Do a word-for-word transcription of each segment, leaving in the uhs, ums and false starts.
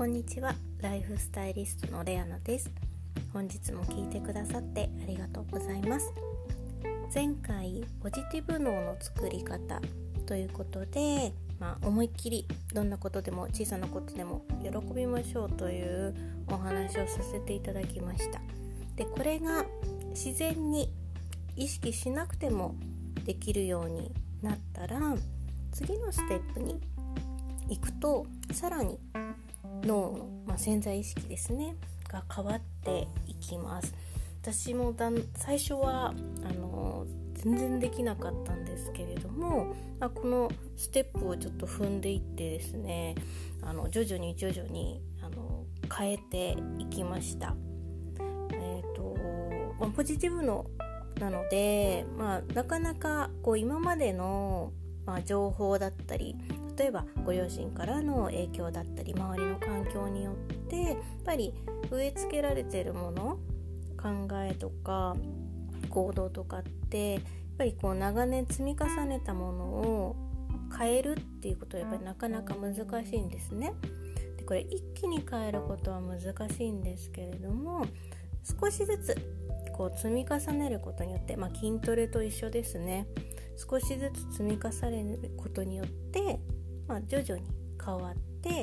こんにちは。ライフスタイリストのレアナです。本日も聞いてくださってありがとうございます。前回ポジティブ脳の作り方ということで、まあ、思いっきりどんなことでも小さなことでも喜びましょうというお話をさせていただきました。で、これが自然に意識しなくてもできるようになったら、次のステップに行くとさらに脳の、まあ、潜在意識ですねが変わっていきます。私もだん最初はあの全然できなかったんですけれども、まあ、このステップをちょっと踏んでいってですね、あの徐々に徐々にあの変えていきました。えーとまあ、ポジティブのなので、まあ、なかなかこう今までの、まあ、情報だったり、例えばご両親からの影響だったり、周りの環境によってやっぱり植え付けられているもの、考えとか行動とかってやっぱりこう長年積み重ねたものを変えるっていうことはやっぱりなかなか難しいんですね。で、これ一気に変えることは難しいんですけれども、少しずつこう積み重ねることによって、まあ、筋トレと一緒ですね。少しずつ積み重ねることによって、まあ、徐々に変わって、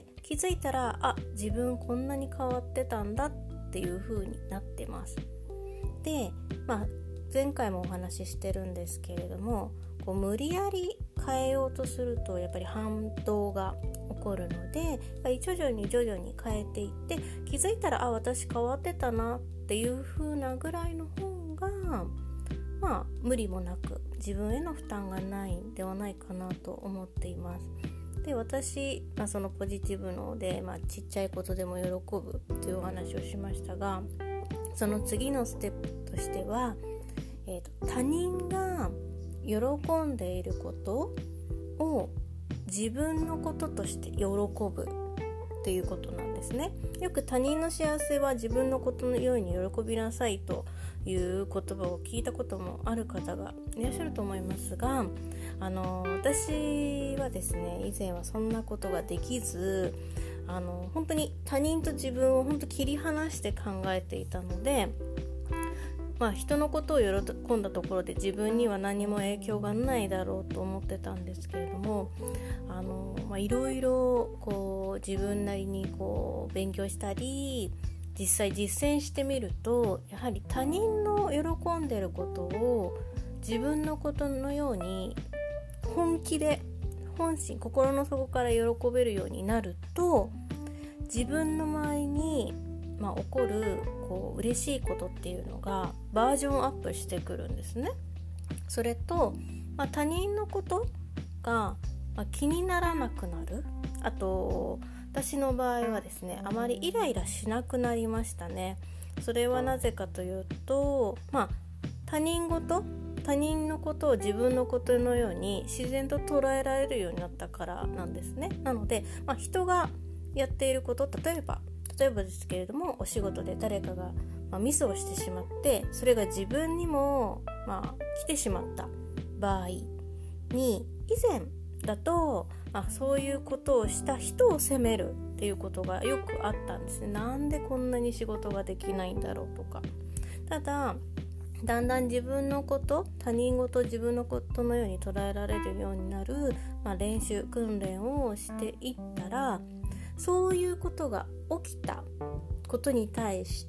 気づいたらあ自分こんなに変わってたんだっていう風になってます。で、まあ、前回もお話ししてるんですけれども、こう無理やり変えようとするとやっぱり反動が起こるので、やっぱり徐々に徐々に変えていって、気づいたらあ私変わってたなっていう風なぐらいの方が、まあ無理もなく自分への負担がないんではないかなと思っています。で、私、まあ、そのポジティブ脳で、まあ、ちっちゃいことでも喜ぶというお話をしましたが、その次のステップとしては、えーと、他人が喜んでいることを自分のこととして喜ぶということなんですね。よく他人の幸せは自分のことのように喜びなさいという言葉を聞いたこともある方がいらっしゃると思いますが、あの私はですね、以前はそんなことができず、あの本当に他人と自分を本当切り離して考えていたので、まあ、人のことを喜んだところで自分には何も影響がないだろうと思ってたんですけれども、あの、まあ、いろいろこう自分なりにこう勉強したり実際実践してみると、やはり他人の喜んでることを自分のことのように本気で本心、心の底から喜べるようになると、自分の周りに、まあ、起こるこう嬉しいことっていうのがバージョンアップしてくるんですね。それと、まあ、他人のことが、まあ、気にならなくなる。あと私の場合はですね、あまりイライラしなくなりましたね。それはなぜかというと、まあ、他人事他人のことを自分のことのように自然と捉えられるようになったからなんですね。なので、まあ、人がやっていること、例えば例えばですけれども、お仕事で誰かが、まあ、ミスをしてしまって、それが自分にも、まあ、来てしまった場合に、以前だと、まあ、そういうことをした人を責めるっていうことがよくあったんですね。なんでこんなに仕事ができないんだろうとか。ただだんだん自分のこと、他人事自分のことのように捉えられるようになる、まあ、練習訓練をしていったら、そういうことが起きたことに対して、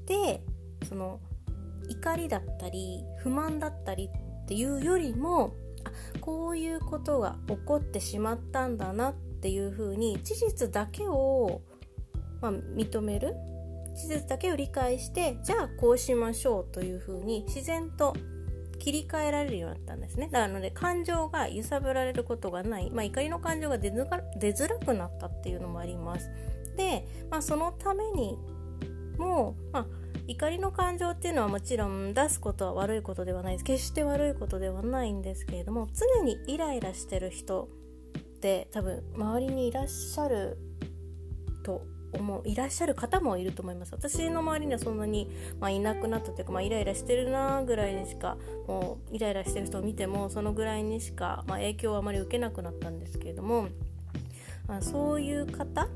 その怒りだったり不満だったりっていうよりも、あ、こういうことが起こってしまったんだなっていうふうに事実だけを、まあ、認める、事実だけを理解して、じゃあこうしましょうというふうに自然と切り替えられるようになったんですね。なので感情が揺さぶられることがない、まあ、怒りの感情が出づら、出づらくなったっていうのもあります。で、まあ、そのためにも、まあ、怒りの感情っていうのはもちろん出すことは悪いことではないです。決して悪いことではないんですけれども、常にイライラしてる人って多分周りにいらっしゃると思ういらっしゃる方もいると思います。私の周りにはそんなに、まあ、いなくなったというか、まあ、イライラしてるなぐらいにしか、もうイライラしてる人を見てもそのぐらいにしか、まあ、影響をあまり受けなくなったんですけれども、まあ、そういう方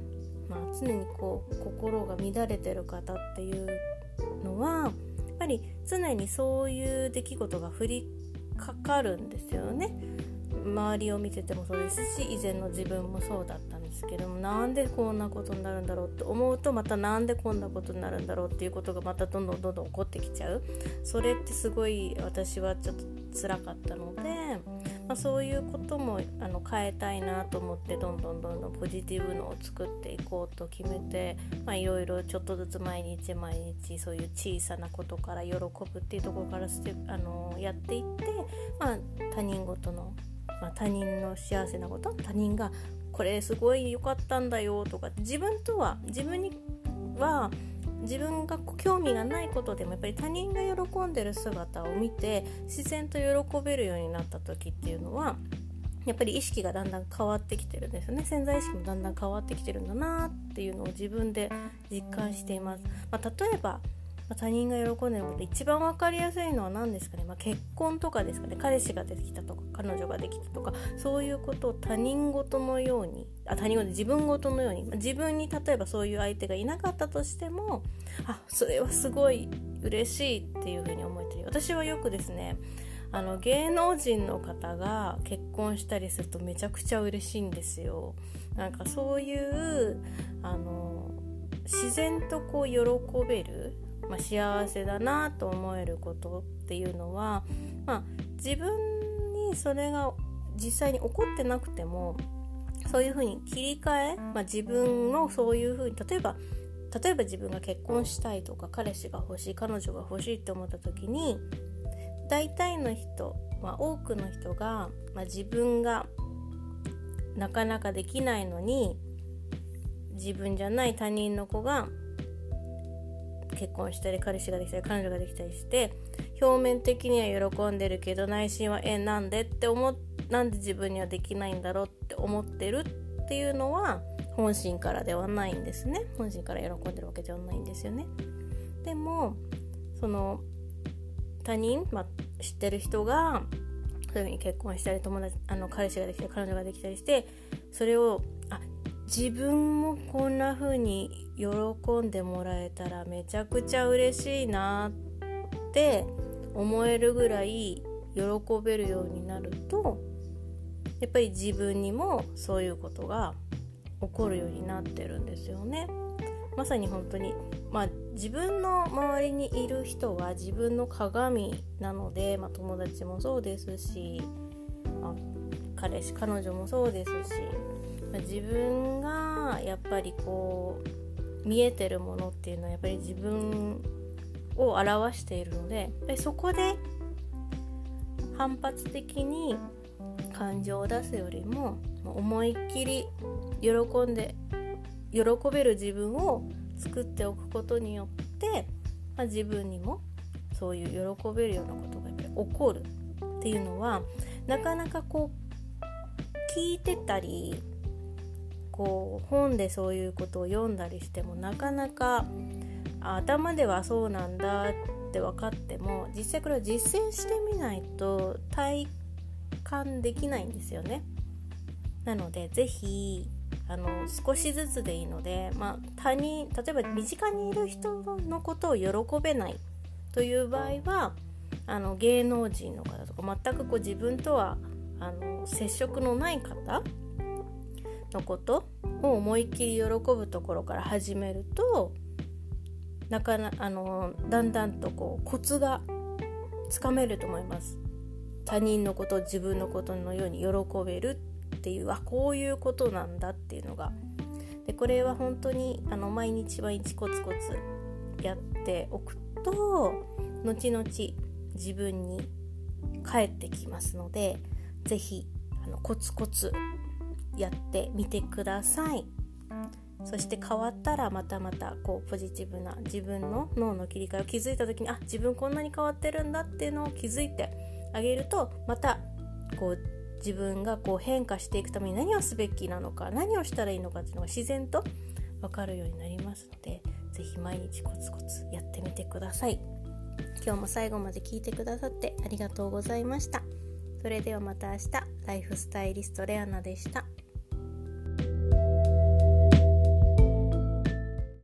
まあ、常にこう心が乱れてる方っていうのはやっぱり常にそういう出来事が降りかかるんですよね。周りを見ててもそうですし、以前の自分もそうだったんですけども、なんでこんなことになるんだろうって思うと、またなんでこんなことになるんだろうっていうことがまたどんどんどんどん起こってきちゃう。それってすごい私はちょっと辛かったので、まあ、そういうこともあの変えたいなと思って、どんどんどんどんポジティブのを作っていこうと決めて、まあ、いろいろちょっとずつ毎日毎日そういう小さなことから喜ぶっていうところからステあのやっていって、まあ、他人事のまあ、他人の幸せなこと、他人がこれすごい良かったんだよとか、自分とは自分には自分が興味がないことでもやっぱり他人が喜んでる姿を見て自然と喜べるようになった時っていうのは、やっぱり意識がだんだん変わってきてるんですよね。潜在意識もだんだん変わってきてるんだなっていうのを自分で実感しています。まあ、例えば他人が喜んでることで一番分かりやすいのは何ですかね、まあ、結婚とかですかね。彼氏ができたとか彼女ができたとか、そういうことを他人事のようにあ他人事自分事のように、自分に例えばそういう相手がいなかったとしても、あそれはすごい嬉しいっていうふうに思えてる。私はよくですね、あの芸能人の方が結婚したりするとめちゃくちゃ嬉しいんですよ。なんかそういうあの自然とこう喜べる、まあ、幸せだなと思えることっていうのは、まあ、自分にそれが実際に起こってなくてもそういうふうに切り替え、まあ、自分のそういうふうに例えば例えば自分が結婚したいとか彼氏が欲しい彼女が欲しいって思った時に、大体の人、まあ、多くの人が、まあ、自分がなかなかできないのに自分じゃない他人の子が結婚したり彼氏ができたり彼女ができたりして、表面的には喜んでるけど内心はえなんでって思っなんで自分にはできないんだろうって思ってるっていうのは本心からではないんですね。本心から喜んでるわけではないんですよね。でもその他人、まあ、知ってる人がそういう風に結婚したり友達あの彼氏ができたり彼女ができたりして、それをあ自分もこんな風に喜んでもらえたらめちゃくちゃ嬉しいなって思えるぐらい喜べるようになると、やっぱり自分にもそういうことが起こるようになってるんですよね。まさに本当に、まあ、自分の周りにいる人は自分の鏡なので、まあ、友達もそうですし、まあ、彼氏彼女もそうですし、自分がやっぱりこう見えてるものっていうのはやっぱり自分を表しているので、やっぱりそこで反発的に感情を出すよりも思いっきり喜んで喜べる自分を作っておくことによって、まあ、自分にもそういう喜べるようなことがやっぱり起こるっていうのは、なかなかこう聞いてたりこう本でそういうことを読んだりしてもなかなか頭ではそうなんだって分かっても、実際これを実践してみないと体感できないんですよね。なのでぜひあの少しずつでいいので、まあ、他人例えば身近にいる人のことを喜べないという場合は、あの芸能人の方とか全くこう自分とはあの接触のない方のことを思いっきり喜ぶところから始めると、なかなあのだんだんとこうコツがつかめると思います。他人のことを自分のことのように喜べるっていう、あこういうことなんだっていうのが、でこれは本当にあの毎日毎日コツコツやっておくと後々自分に返ってきますので、ぜひあのコツコツやってみてください。そして変わったらまたまたこうポジティブな自分の脳の切り替えを気づいた時に、あ自分こんなに変わってるんだっていうのを気づいてあげると、またこう自分がこう変化していくために何をすべきなのか、何をしたらいいのかっていうのが自然と分かるようになりますので、ぜひ毎日コツコツやってみてください。今日も最後まで聞いてくださってありがとうございました。それではまた明日。ライフスタイリストレアナでした。